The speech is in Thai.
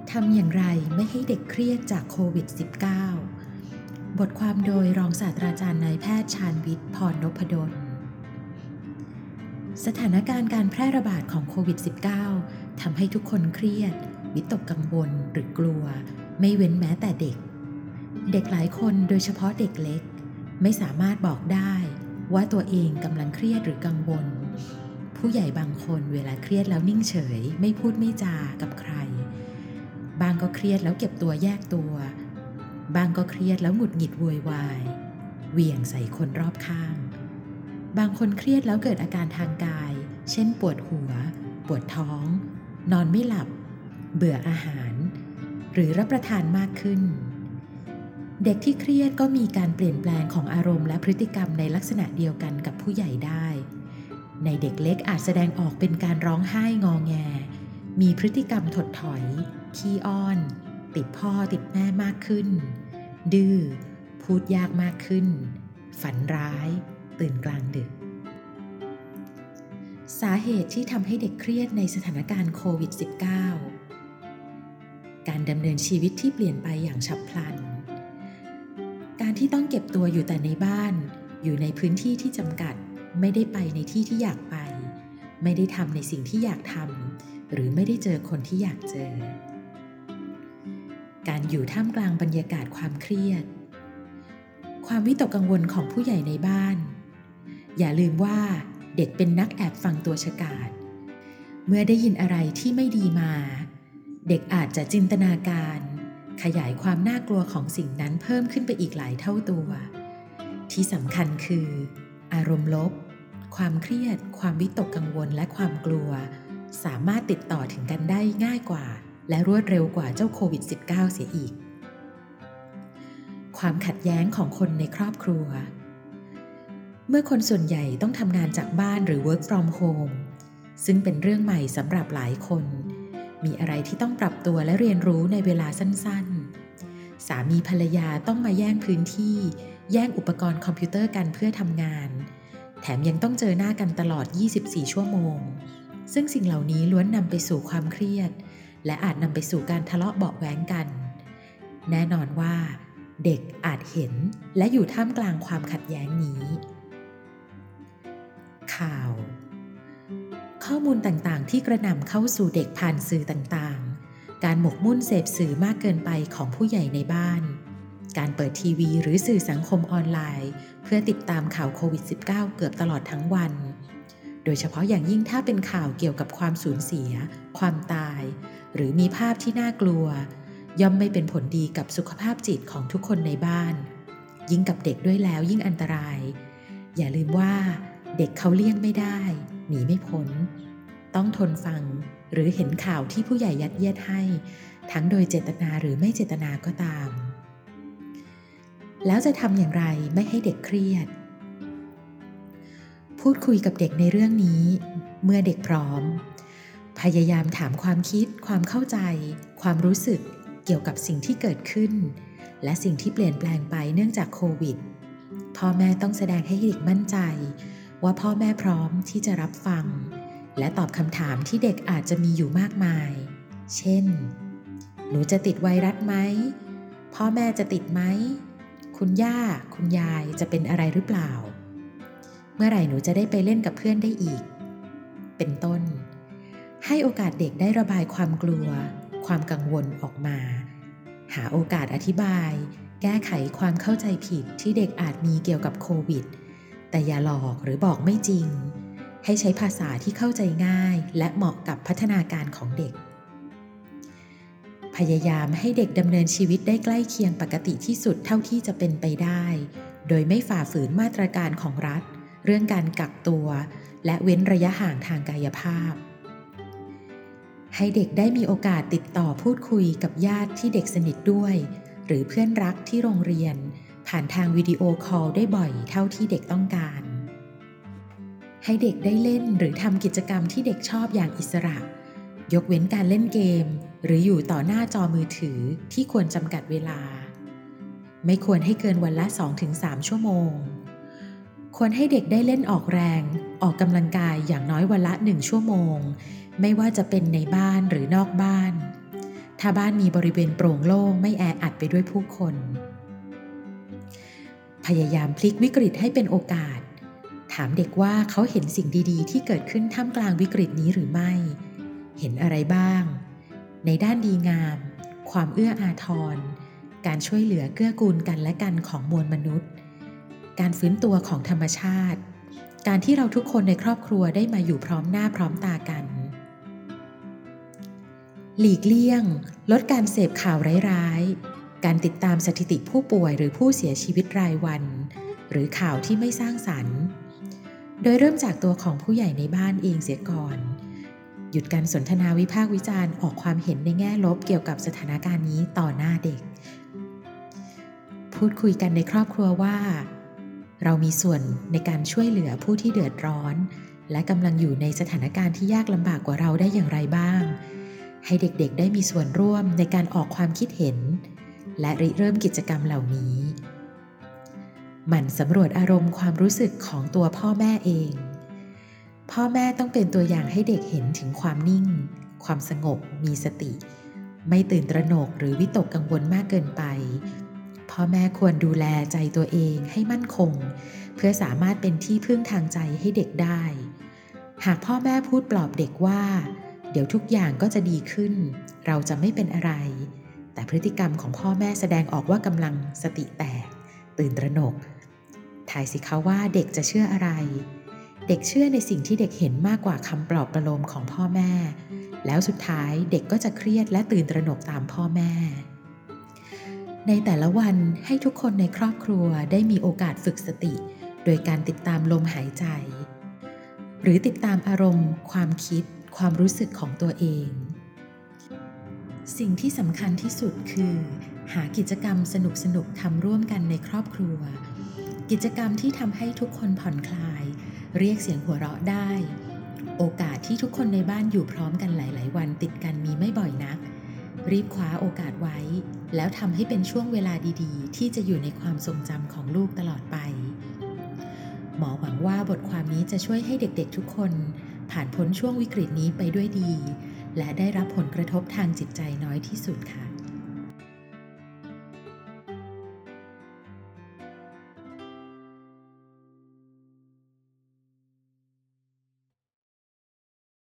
ทำอย่างไรไม่ให้เด็กเครียดจากโควิด -19 บทความโดยรองศาสตราจารย์นายแพทย์ชาญวิทย์ พรนพดล สถานการณ์การแพร่ระบาดของโควิด -19 ทำให้ทุกคนเครียดวิตกกังวลหรือกลัวไม่เว้นแม้แต่เด็กหลายคนโดยเฉพาะเด็กเล็กไม่สามารถบอกได้ว่าตัวเองกำลังเครียดหรือกังวลผู้ใหญ่บางคนเวลาเครียดแล้วนิ่งเฉยไม่พูดไม่จากับใครบางก็เครียดแล้วเก็บตัวแยกตัวบางก็เครียดแล้วหงุดหงิดโวยวายเหวี่ยงใส่คนรอบข้างบางคนเครียดแล้วเกิดอาการทางกายเช่นปวดหัวปวดท้องนอนไม่หลับเบื่ออาหารหรือรับประทานมากขึ้นเด็กที่เครียดก็มีการเปลี่ยนแปลงของอารมณ์และพฤติกรรมในลักษณะเดียวกันกับผู้ใหญ่ได้ในเด็กเล็กอาจแสดงออกเป็นการร้องไห้งอแงมีพฤติกรรมถดถอยขี้อ้อนติดพ่อติดแม่มากขึ้นดื้อพูดยากมากขึ้นฝันร้ายตื่นกลางดึกสาเหตุที่ทำให้เด็กเครียดในสถานการณ์โควิด -19 การดำเนินชีวิตที่เปลี่ยนไปอย่างฉับพลันการที่ต้องเก็บตัวอยู่แต่ในบ้านอยู่ในพื้นที่ที่จำกัดไม่ได้ไปในที่ที่อยากไปไม่ได้ทำในสิ่งที่อยากทำหรือไม่ได้เจอคนที่อยากเจอการอยู่ท่ามกลางบรรยากาศความเครียดความวิตกกังวลของผู้ใหญ่ในบ้านอย่าลืมว่าเด็กเป็นนักแอบฟังตัวฉกาจเมื่อได้ยินอะไรที่ไม่ดีมาเด็กอาจจะจินตนาการขยายความน่ากลัวของสิ่งนั้นเพิ่มขึ้นไปอีกหลายเท่าตัวที่สำคัญคืออารมณ์ลบความเครียดความวิตกกังวลและความกลัวสามารถติดต่อถึงกันได้ง่ายกว่าและรวดเร็วกว่าเจ้าโควิด -19 เสียอีกความขัดแย้งของคนในครอบครัวเมื่อคนส่วนใหญ่ต้องทำงานจากบ้านหรือ work from home ซึ่งเป็นเรื่องใหม่สำหรับหลายคนมีอะไรที่ต้องปรับตัวและเรียนรู้ในเวลาสั้นๆสามีภรรยาต้องมาแย่งพื้นที่แย่งอุปกรณ์คอมพิวเตอร์กันเพื่อทำงานแถมยังต้องเจอหน้ากันตลอด24ชั่วโมงซึ่งสิ่งเหล่านี้ล้วนนำไปสู่ความเครียดและอาจนำไปสู่การทะเลาะเบาะแว้งกันแน่นอนว่าเด็กอาจเห็นและอยู่ท่ามกลางความขัดแย้งนี้ข่าวข้อมูลต่างๆที่กระหน่ำเข้าสู่เด็กผ่านสื่อต่างๆการหมกมุ่นเสพสื่อมากเกินไปของผู้ใหญ่ในบ้านการเปิดทีวีหรือสื่อสังคมออนไลน์เพื่อติดตามข่าวโควิด -19 เกือบตลอดทั้งวันโดยเฉพาะอย่างยิ่งถ้าเป็นข่าวเกี่ยวกับความสูญเสียความตายหรือมีภาพที่น่ากลัวย่อมไม่เป็นผลดีกับสุขภาพจิตของทุกคนในบ้านยิ่งกับเด็กด้วยแล้วยิ่งอันตรายอย่าลืมว่าเด็กเขาเลี่ยงไม่ได้หนีไม่พ้นต้องทนฟังหรือเห็นข่าวที่ผู้ใหญ่ยัดเยียดให้ทั้งโดยเจตนาหรือไม่เจตนาก็ตามแล้วจะทำอย่างไรไม่ให้เด็กเครียดพูดคุยกับเด็กในเรื่องนี้เมื่อเด็กพร้อมพยายามถามความคิดความเข้าใจความรู้สึกเกี่ยวกับสิ่งที่เกิดขึ้นและสิ่งที่เปลี่ยนแปลงไปเนื่องจากโควิดพ่อแม่ต้องแสดงให้เด็กมั่นใจว่าพ่อแม่พร้อมที่จะรับฟังและตอบคำถามที่เด็กอาจจะมีอยู่มากมายเช่นหนูจะติดไวรัสไหมพ่อแม่จะติดไหมคุณย่าคุณยายจะเป็นอะไรหรือเปล่าเมื่อไหร่หนูจะได้ไปเล่นกับเพื่อนได้อีกเป็นต้นให้โอกาสเด็กได้ระบายความกลัวความกังวลออกมาหาโอกาสอธิบายแก้ไขความเข้าใจผิดที่เด็กอาจมีเกี่ยวกับโควิดแต่อย่าหลอกหรือบอกไม่จริงให้ใช้ภาษาที่เข้าใจง่ายและเหมาะกับพัฒนาการของเด็กพยายามให้เด็กดำเนินชีวิตได้ใกล้เคียงปกติที่สุดเท่าที่จะเป็นไปได้โดยไม่ฝ่าฝืนมาตรการของรัฐเรื่องการกักตัวและเว้นระยะห่างทางกายภาพให้เด็กได้มีโอกาสติดต่อพูดคุยกับญาติที่เด็กสนิทด้วยหรือเพื่อนรักที่โรงเรียนผ่านทางวิดีโอคอลได้บ่อยเท่าที่เด็กต้องการให้เด็กได้เล่นหรือทำกิจกรรมที่เด็กชอบอย่างอิสระยกเว้นการเล่นเกมหรืออยู่ต่อหน้าจอมือถือที่ควรจำกัดเวลาไม่ควรให้เกินวันละ 2-3 ชั่วโมงควรให้เด็กได้เล่นออกแรงออกกำลังกายอย่างน้อยวันละ1 ชั่วโมงไม่ว่าจะเป็นในบ้านหรือนอกบ้านถ้าบ้านมีบริเวณโปร่งโล่งไม่แออัดไปด้วยผู้คนพยายามพลิกวิกฤตให้เป็นโอกาสถามเด็กว่าเขาเห็นสิ่งดีๆที่เกิดขึ้นท่ามกลางวิกฤตนี้หรือไม่เห็นอะไรบ้างในด้านดีงามความเอื้ออาทรการช่วยเหลือเกื้อกูลกันและกันของมวลมนุษย์การฟื้นตัวของธรรมชาติการที่เราทุกคนในครอบครัวได้มาอยู่พร้อมหน้าพร้อมตากันหลีกเลี่ยงลดการเสพข่าวร้ายๆการติดตามสถิติผู้ป่วยหรือผู้เสียชีวิตรายวันหรือข่าวที่ไม่สร้างสรรค์โดยเริ่มจากตัวของผู้ใหญ่ในบ้านเองเสียก่อนหยุดการสนทนาวิพากษ์วิจารณ์ออกความเห็นในแง่ลบเกี่ยวกับสถานการณ์นี้ต่อหน้าเด็กพูดคุยกันในครอบครัวว่าเรามีส่วนในการช่วยเหลือผู้ที่เดือดร้อนและกำลังอยู่ในสถานการณ์ที่ยากลำบากกว่าเราได้อย่างไรบ้างให้เด็กๆได้มีส่วนร่วมในการออกความคิดเห็นและริเริ่มกิจกรรมเหล่านี้หมั่นสำรวจอารมณ์ความรู้สึกของตัวพ่อแม่เองพ่อแม่ต้องเป็นตัวอย่างให้เด็กเห็นถึงความนิ่งความสงบมีสติไม่ตื่นตระหนกหรือวิตกกังวลมากเกินไปพ่อแม่ควรดูแลใจตัวเองให้มั่นคงเพื่อสามารถเป็นที่พึ่งทางใจให้เด็กได้หากพ่อแม่พูดปลอบเด็กว่าเดี๋ยวทุกอย่างก็จะดีขึ้นเราจะไม่เป็นอะไรแต่พฤติกรรมของพ่อแม่แสดงออกว่ากำลังสติแตกตื่นตระหนกทายสิคะว่าเด็กจะเชื่ออะไรเด็กเชื่อในสิ่งที่เด็กเห็นมากกว่าคำปลอบประโลมของพ่อแม่แล้วสุดท้ายเด็กก็จะเครียดและตื่นตระหนกตามพ่อแม่ในแต่ละวันให้ทุกคนในครอบครัวได้มีโอกาสฝึกสติโดยการติดตามลมหายใจหรือติดตามอารมณ์ความคิดความรู้สึกของตัวเองสิ่งที่สำคัญที่สุดคือหากิจกรรมสนุกๆทำร่วมกันในครอบครัวกิจกรรมที่ทำให้ทุกคนผ่อนคลายเรียกเสียงหัวเราะได้โอกาสที่ทุกคนในบ้านอยู่พร้อมกันหลายๆวันติดกันมีไม่บ่อยนักรีบคว้าโอกาสไว้แล้วทำให้เป็นช่วงเวลาดีๆที่จะอยู่ในความทรงจำของลูกตลอดไปหมอหวังว่าบทความนี้จะช่วยให้เด็กๆทุกคนผ่านพ้นช่วงวิกฤตนี้ไปด้วยดีและได้รับผลกระทบทางจิตใจน้อยที่สุดค่ะ